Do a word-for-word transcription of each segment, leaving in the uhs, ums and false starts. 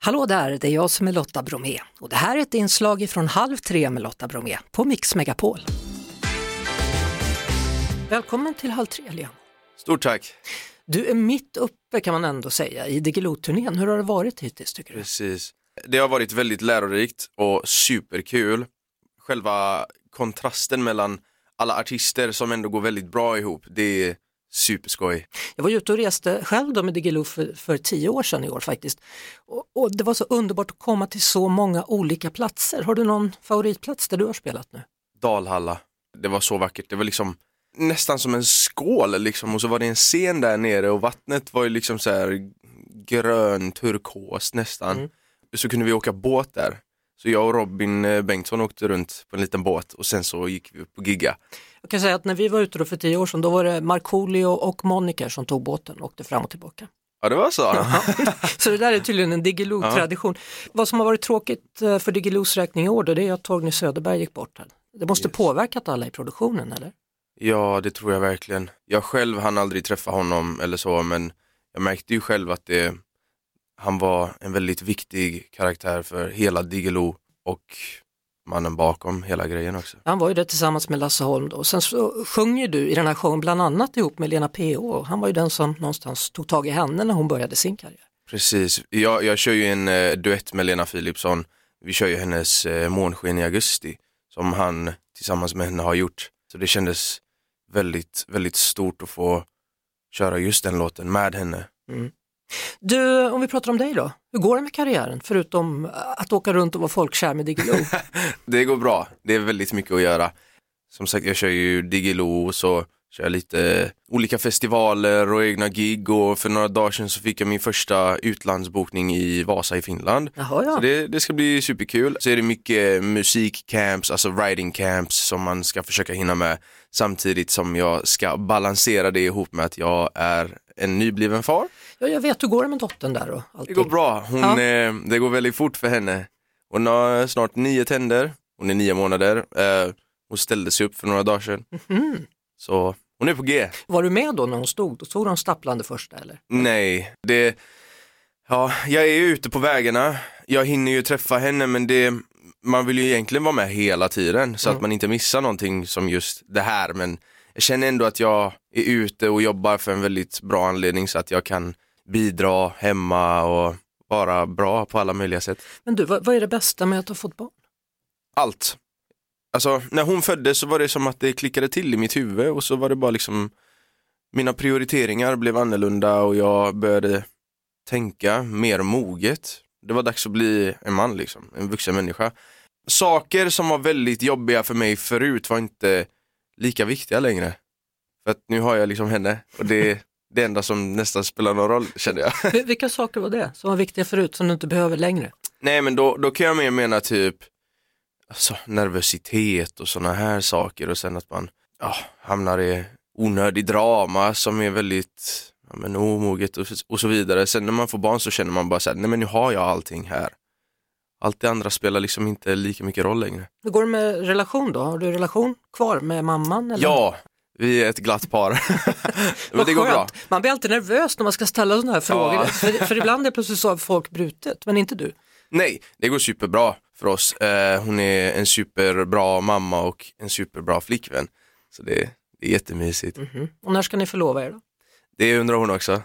Hallå där, det är jag som är Lotta Bromé och det här är ett inslag från Halv tre med Lotta Bromé på Mix Megapol. Välkommen till Halv tre, Liam. Stort tack. Du är mitt uppe kan man ändå säga i Diggiloo-turnén. Hur har det varit hittills tycker du? Precis. Det har varit väldigt lärorikt och superkul. Själva kontrasten mellan alla artister som ändå går väldigt bra ihop, det är superskoj. Jag var ute och reste själv då med Diggiloo för, för tio år sedan i år faktiskt. Och, och det var så underbart att komma till så många olika platser. Har du någon favoritplats där du har spelat nu? Dalhalla. Det var så vackert. Det var liksom nästan som en skål liksom. Och så var det en scen där nere och vattnet var ju liksom så här grön, turkos nästan. Mm. Så kunde vi åka båt där. Så jag och Robin Bengtsson åkte runt på en liten båt och sen så gick vi upp på gigga. Jag kan säga att när vi var ute då för tio år sedan, då var det Markoolio och Monica som tog båten och åkte fram och tillbaka. Ja, det var så. Ja. Så det där är tydligen en Diggiloo-tradition. Ja. Vad som har varit tråkigt för Diggiloos räkning i år då, det är att Torgny Söderberg gick bort här. Det måste yes. påverkat alla i produktionen, eller? Ja, det tror jag verkligen. Jag själv hann aldrig träffa honom eller så, men jag märkte ju själv att det, han var en väldigt viktig karaktär för hela Diggiloo och mannen bakom hela grejen också. Han var ju det tillsammans med Lasse Holm då. Och sen så sjunger du i den här showen bland annat ihop med Lena P O. Han var ju den som någonstans tog tag i henne när hon började sin karriär. Precis. Jag, jag kör ju en eh, duett med Lena Philipsson. Vi kör ju hennes eh, Månsken i augusti som han tillsammans med henne har gjort. Så det kändes väldigt, väldigt stort att få köra just den låten med henne. Mm. Du, om vi pratar om dig då. Hur går det med karriären förutom att åka runt och vara folkkär med Diggiloo? Det går bra. Det är väldigt mycket att göra. Som sagt, jag kör ju Diggiloo, så kör jag lite olika festivaler och egna gig. Och för några dagar sedan så fick jag min första utlandsbokning i Vasa i Finland. Jaha, ja. Så det, det ska bli superkul. Så är det mycket musikcamps, alltså writing camps som man ska försöka hinna med. Samtidigt som jag ska balansera det ihop med att jag är en nybliven far. Ja, jag vet, hur går det med dottern där då? Alltid. Det går bra. Hon, ja. eh, det går väldigt fort för henne. Hon har snart nio tänder. Hon är nio månader. Eh, hon ställde sig upp för några dagar sedan. Mm-hmm. Så hon är på G. Var du med då när hon stod? Då stod hon stapplande först eller? Nej, det... Ja, jag är ju ute på vägarna. Jag hinner ju träffa henne, men det... Man vill ju egentligen vara med hela tiden så mm. att man inte missar någonting som just det här. Men jag känner ändå att jag är ute och jobbar för en väldigt bra anledning så att jag kan bidra hemma och vara bra på alla möjliga sätt. Men du, vad, vad är det bästa med att ha fått barn? Allt. Alltså, när hon föddes så var det som att det klickade till i mitt huvud och så var det bara liksom, mina prioriteringar blev annorlunda och jag började tänka mer moget. Det var dags att bli en man liksom, en vuxen människa. Saker som var väldigt jobbiga för mig förut var inte lika viktiga längre. För att nu har jag liksom henne och det är det enda som nästan spelar någon roll, kände jag. Vilka saker var det som var viktiga förut som du inte behöver längre? Nej, men då, då kan jag mer mena typ alltså, nervositet och såna här saker och sen att man ja, hamnar i onödig drama som är väldigt ja, men omoget och, och så vidare. Sen när man får barn så känner man bara så här, nej men nu har jag allting här. Allt det andra spelar liksom inte lika mycket roll längre. Hur går det med relation då? Har du relation kvar med mamman? Eller? Ja, vi är ett glatt par. Men det går bra. Man blir alltid nervös när man ska ställa sådana här frågor. Ja. För, för ibland är det plötsligt så att folk brutet, men inte du. Nej, det går superbra för oss. Eh, hon är en superbra mamma och en superbra flickvän. Så det, det är jättemysigt. Mm-hmm. Och när ska ni förlova er då? Det undrar hon också.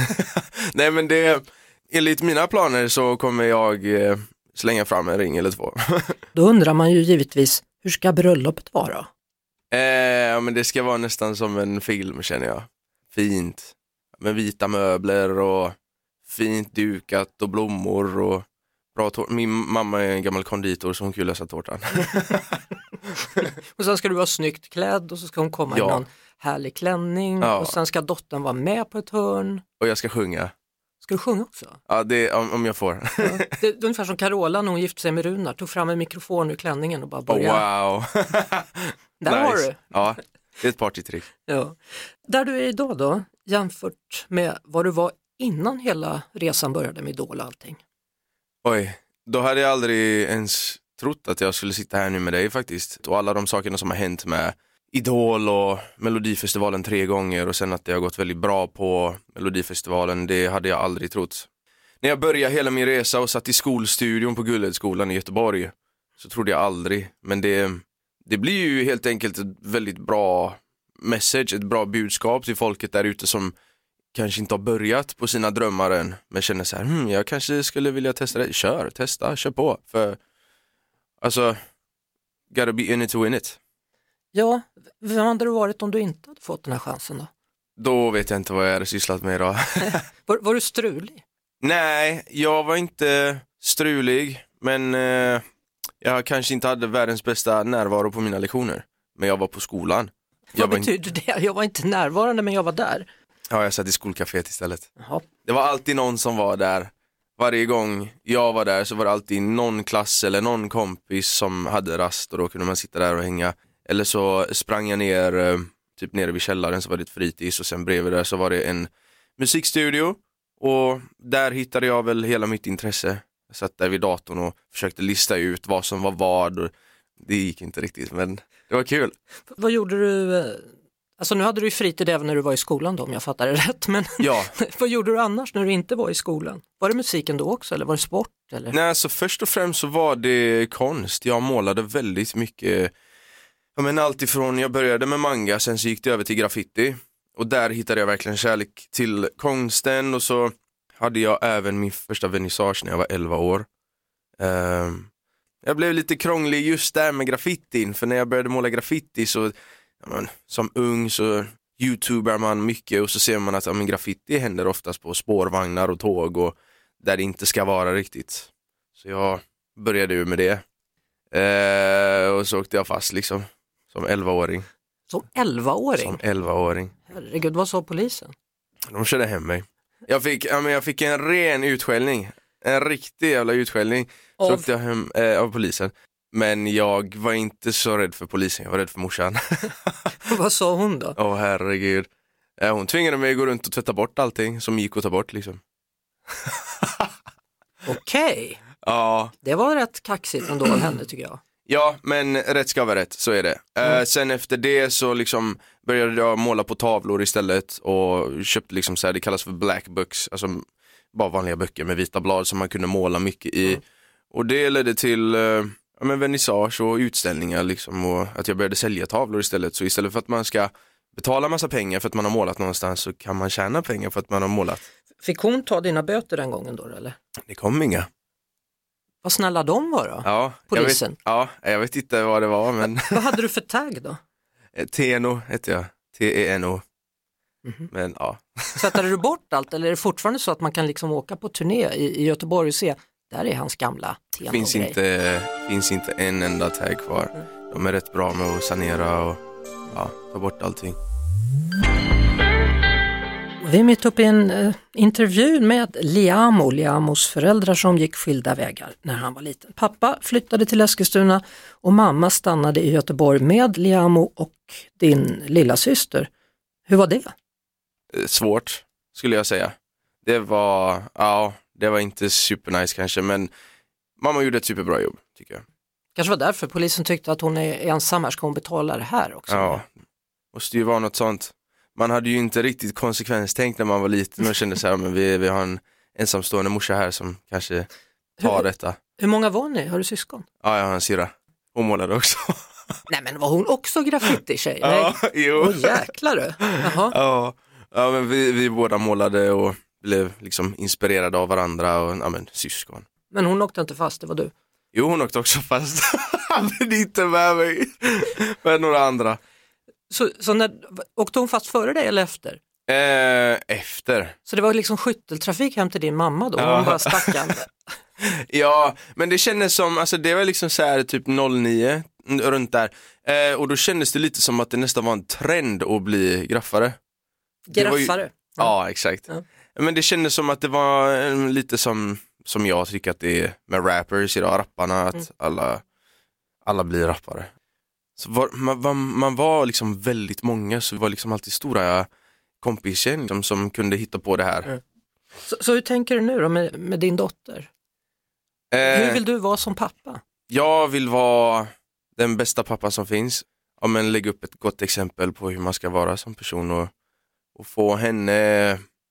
Nej, men det, enligt mina planer så kommer jag eh, slänga fram en ring eller två. Då undrar man ju givetvis, hur ska bröllopet vara? Eh, ja, men det ska vara nästan som en film, känner jag. Fint. Med vita möbler och fint dukat och blommor och bra tår- Min mamma är en gammal konditor så hon kan ju lösa tårtan. Och sen ska du vara snyggt klädd och så ska hon komma ja. i någon härlig klänning ja. och sen ska dottern vara med på ett hörn. Och jag ska sjunga. Ska du sjunga också? Ja, det, om, om jag får. Ja. Det är ungefär som Carola när hon gifte sig med Runar. Tog fram en mikrofon ur klänningen och bara började. Oh, wow. Där nice. Har du. Ja, det är ett partytrick. Ja. Där du är idag då, jämfört med vad du var innan hela resan började med Idol och allting. Oj, då hade jag aldrig ens trott att jag skulle sitta här nu med dig faktiskt. Och alla de sakerna som har hänt med Idol och Melodifestivalen tre gånger och sen att det har gått väldigt bra på Melodifestivalen, det hade jag aldrig trott. när jag började hela min resa och satt i skolstudion på Gullhögsskolan i Göteborg, så trodde jag aldrig. Men det, det blir ju helt enkelt ett väldigt bra message, ett bra budskap till folket där ute som kanske inte har börjat på sina drömmar än, men känner så här, hm, jag kanske skulle vilja testa det. Kör, testa, kör på. För alltså, gotta be in it to win it. Ja, vem hade du varit om du inte hade fått den här chansen då? Då vet jag inte vad jag hade sysslat med idag. var, var du strulig? Nej, jag var inte strulig, men eh, jag kanske inte hade världens bästa närvaro på mina lektioner. Men jag var på skolan. Vad jag betyder in... det? Jag var inte närvarande, men jag var där. Ja, jag satt i skolcaféet istället. Jaha. Det var alltid någon som var där. Varje gång jag var där så var det alltid någon klass eller någon kompis som hade rast och då kunde man sitta där och hänga. Eller så sprang jag ner, typ nere vid källaren, så var det ett fritids och sen bredvid där så var det en musikstudio och där hittade jag väl hela mitt intresse. Jag satt där vid datorn och försökte lista ut vad som var vad och det gick inte riktigt, men det var kul. Vad gjorde du? Alltså nu hade du ju fritid även när du var i skolan då, om jag fattar det rätt, men ja. Vad gjorde du annars när du inte var i skolan? Var det musiken då också eller var det sport? Eller? Nej, så först och främst så var det konst. Jag målade väldigt mycket. Ja, men allt ifrån, jag började med manga, sen så gick det över till graffiti. Och där hittade jag verkligen kärlek till konsten. Och så hade jag även min första vernissage när jag var elva år. Um, jag blev lite krånglig just där med graffitin. För när jag började måla graffiti så, ja, men, som ung så youtuber man mycket. Och så ser man att ja, men, graffiti händer oftast på spårvagnar och tåg. Och där det inte ska vara riktigt. Så jag började ju med det. Uh, och så åkte jag fast liksom. Som elvaåring. Som elvaåring? Som elvaåring. Herregud, vad sa polisen? De körde hem mig. Jag fick, ja, men jag fick en ren utskällning. En riktig jävla utskällning. Så av... åkte jag hem eh, av polisen. Men jag var inte så rädd för polisen. Jag var rädd för morsan. Vad sa hon då? Åh oh, herregud. Eh, hon tvingade mig att gå runt och tvätta bort allting som gick att ta bort liksom. Okej. Okay. Ja. Det var rätt kaxigt ändå av henne tycker jag. Ja, men rätt ska vara rätt, så är det. Mm. Eh, sen efter det så liksom började jag måla på tavlor istället och köpte liksom så här, det kallas för black books, alltså bara vanliga böcker med vita blad som man kunde måla mycket i. Mm. Och det ledde till eh, ja, men vernissage och utställningar liksom, och att jag började sälja tavlor istället. Så istället för att man ska betala massa pengar för att man har målat någonstans så kan man tjäna pengar för att man har målat. Fick hon ta dina böter den gången då eller? Det kom inga. Vad snälla de var då? Ja, polisen? Jag vet, ja, jag vet inte vad det var. Men vad hade du för tagg då? T N O hette jag. T E N O. Mm-hmm. Men ja. Sättade du bort allt eller är det fortfarande så att man kan liksom åka på turné i, i Göteborg och se, där är hans gamla T N O-grej? Finns inte, finns inte en enda tagg kvar. Mm. De är rätt bra med att sanera och ja, ta bort allting. Vi är mitt uppe i en uh, intervju med Liamo, Liamos föräldrar som gick skilda vägar när han var liten. Pappa flyttade till Eskilstuna och mamma stannade i Göteborg med Liamo och din lilla syster. Hur var det? Svårt, skulle jag säga. Det var, ja, det var inte supernice kanske, men mamma gjorde ett superbra jobb, tycker jag. Kanske var därför polisen tyckte att hon är ensam här, ska hon betala det här också? Ja, måste ju vara något sånt. Man hade ju inte riktigt konsekvenstänkt när man var liten och kände så här, men vi, vi har en ensamstående morsa här som kanske tar hur, detta. Hur många var ni? Har du syskon? Ja, jag har en syra. Hon målade också. Nej, men var hon också graffiti-tjej? Ja, jo. Åh, jäklar du. Jaha. Ja, ja, men vi, vi båda målade och blev liksom inspirerade av varandra och ja, men, syskon. Men hon åkte inte fast, det var du? Jo, hon åkte också fast. Men inte med mig. Med några andra. Så, så när, åkte hon fast före dig eller efter? Eh, efter. Så det var liksom skytteltrafik hem till din mamma då? Ja. Hon bara stackade. Ja, men det kändes som, alltså det var liksom så här typ noll nio runt där. Eh, och då kändes det lite som att det nästan var en trend att bli graffare. Graffare? Ju, ja. ja, exakt. Ja. Men det kändes som att det var eh, lite som, som jag tycker att det är med rappers idag, rapparna, att mm. alla, alla blir rappare. Så var, man, man, man var liksom väldigt många, så det var liksom alltid stora kompisgäng liksom, som kunde hitta på det här. Mm. Så, så hur tänker du nu då med, med din dotter? Eh, hur vill du vara som pappa? Jag vill vara den bästa pappa som finns. Ja, men lägga upp ett gott exempel på hur man ska vara som person och, och få henne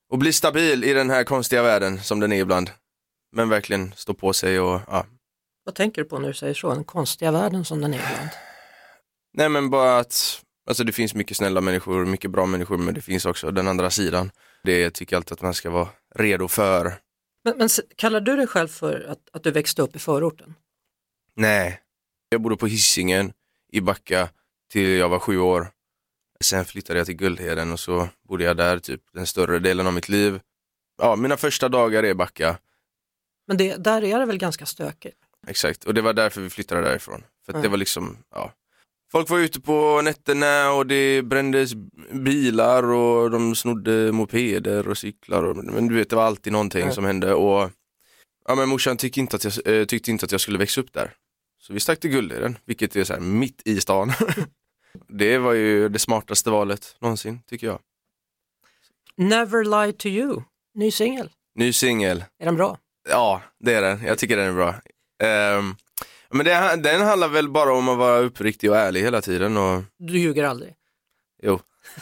och bli stabil i den här konstiga världen som den är ibland. Men verkligen stå på sig och ja. Vad tänker du på när du säger så? Den konstiga världen som den är ibland? Nej men bara att alltså det finns mycket snälla människor, mycket bra människor, men det finns också den andra sidan. Det tycker jag alltid att man ska vara redo för. Men, men kallar du dig själv för att, att du växte upp i förorten? Nej, jag bodde på Hisingen i Backa till jag var sju år. Sen flyttade jag till Guldheden och så bodde jag där typ den större delen av mitt liv. Ja, mina första dagar är Backa. Men det, där är det väl ganska stökigt? Exakt, och det var därför vi flyttade därifrån. För att mm. det var liksom, ja. Folk var ute på nätterna och det brändes bilar och de snodde mopeder och cyklar. Och, men du vet, det var alltid någonting mm. som hände. Och ja, men morsan tyckte inte, att jag, äh, tyckte inte att jag skulle växa upp där. Så vi stack till Guldheden, vilket är så här mitt i stan. Det var ju det smartaste valet någonsin, tycker jag. Never Lie to You, ny singel. Ny singel. Är den bra? Ja, det är den. Jag tycker den är bra. Um, men det, den handlar väl bara om att vara uppriktig och ärlig hela tiden. Och... Du ljuger aldrig? Jo.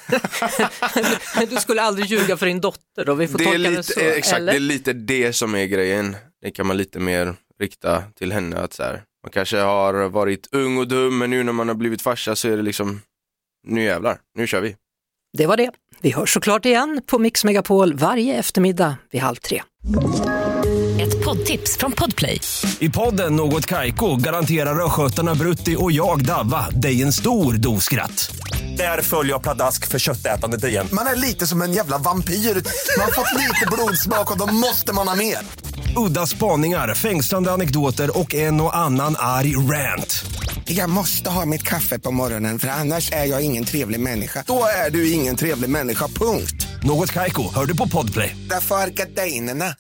Du skulle aldrig ljuga för din dotter då? Vi får det är tolka lite, det så, exakt, eller? det är lite det som är grejen. Det kan man lite mer rikta till henne. Att så här, man kanske har varit ung och dum, men nu när man har blivit farsa så är det liksom, nu jävlar, nu kör vi. Det var det. Vi hörs såklart igen på Mix Megapol varje eftermiddag vid halv tre. Ett poddtips från Podplay. I podden Något Kaiko garanterar röskötarna Brutti och jag Davva dig en stor doskratt. Där följer jag pladask för köttätandet igen. Man är lite som en jävla vampyr. Man har fått lite blodsmak och då måste man ha mer. Udda spaningar, fängslande anekdoter och en och annan arg rant. Jag måste ha mitt kaffe på morgonen för annars är jag ingen trevlig människa. Då är du ingen trevlig människa, punkt. Något Kaiko, hör du på Podplay. Därför är gardinerna.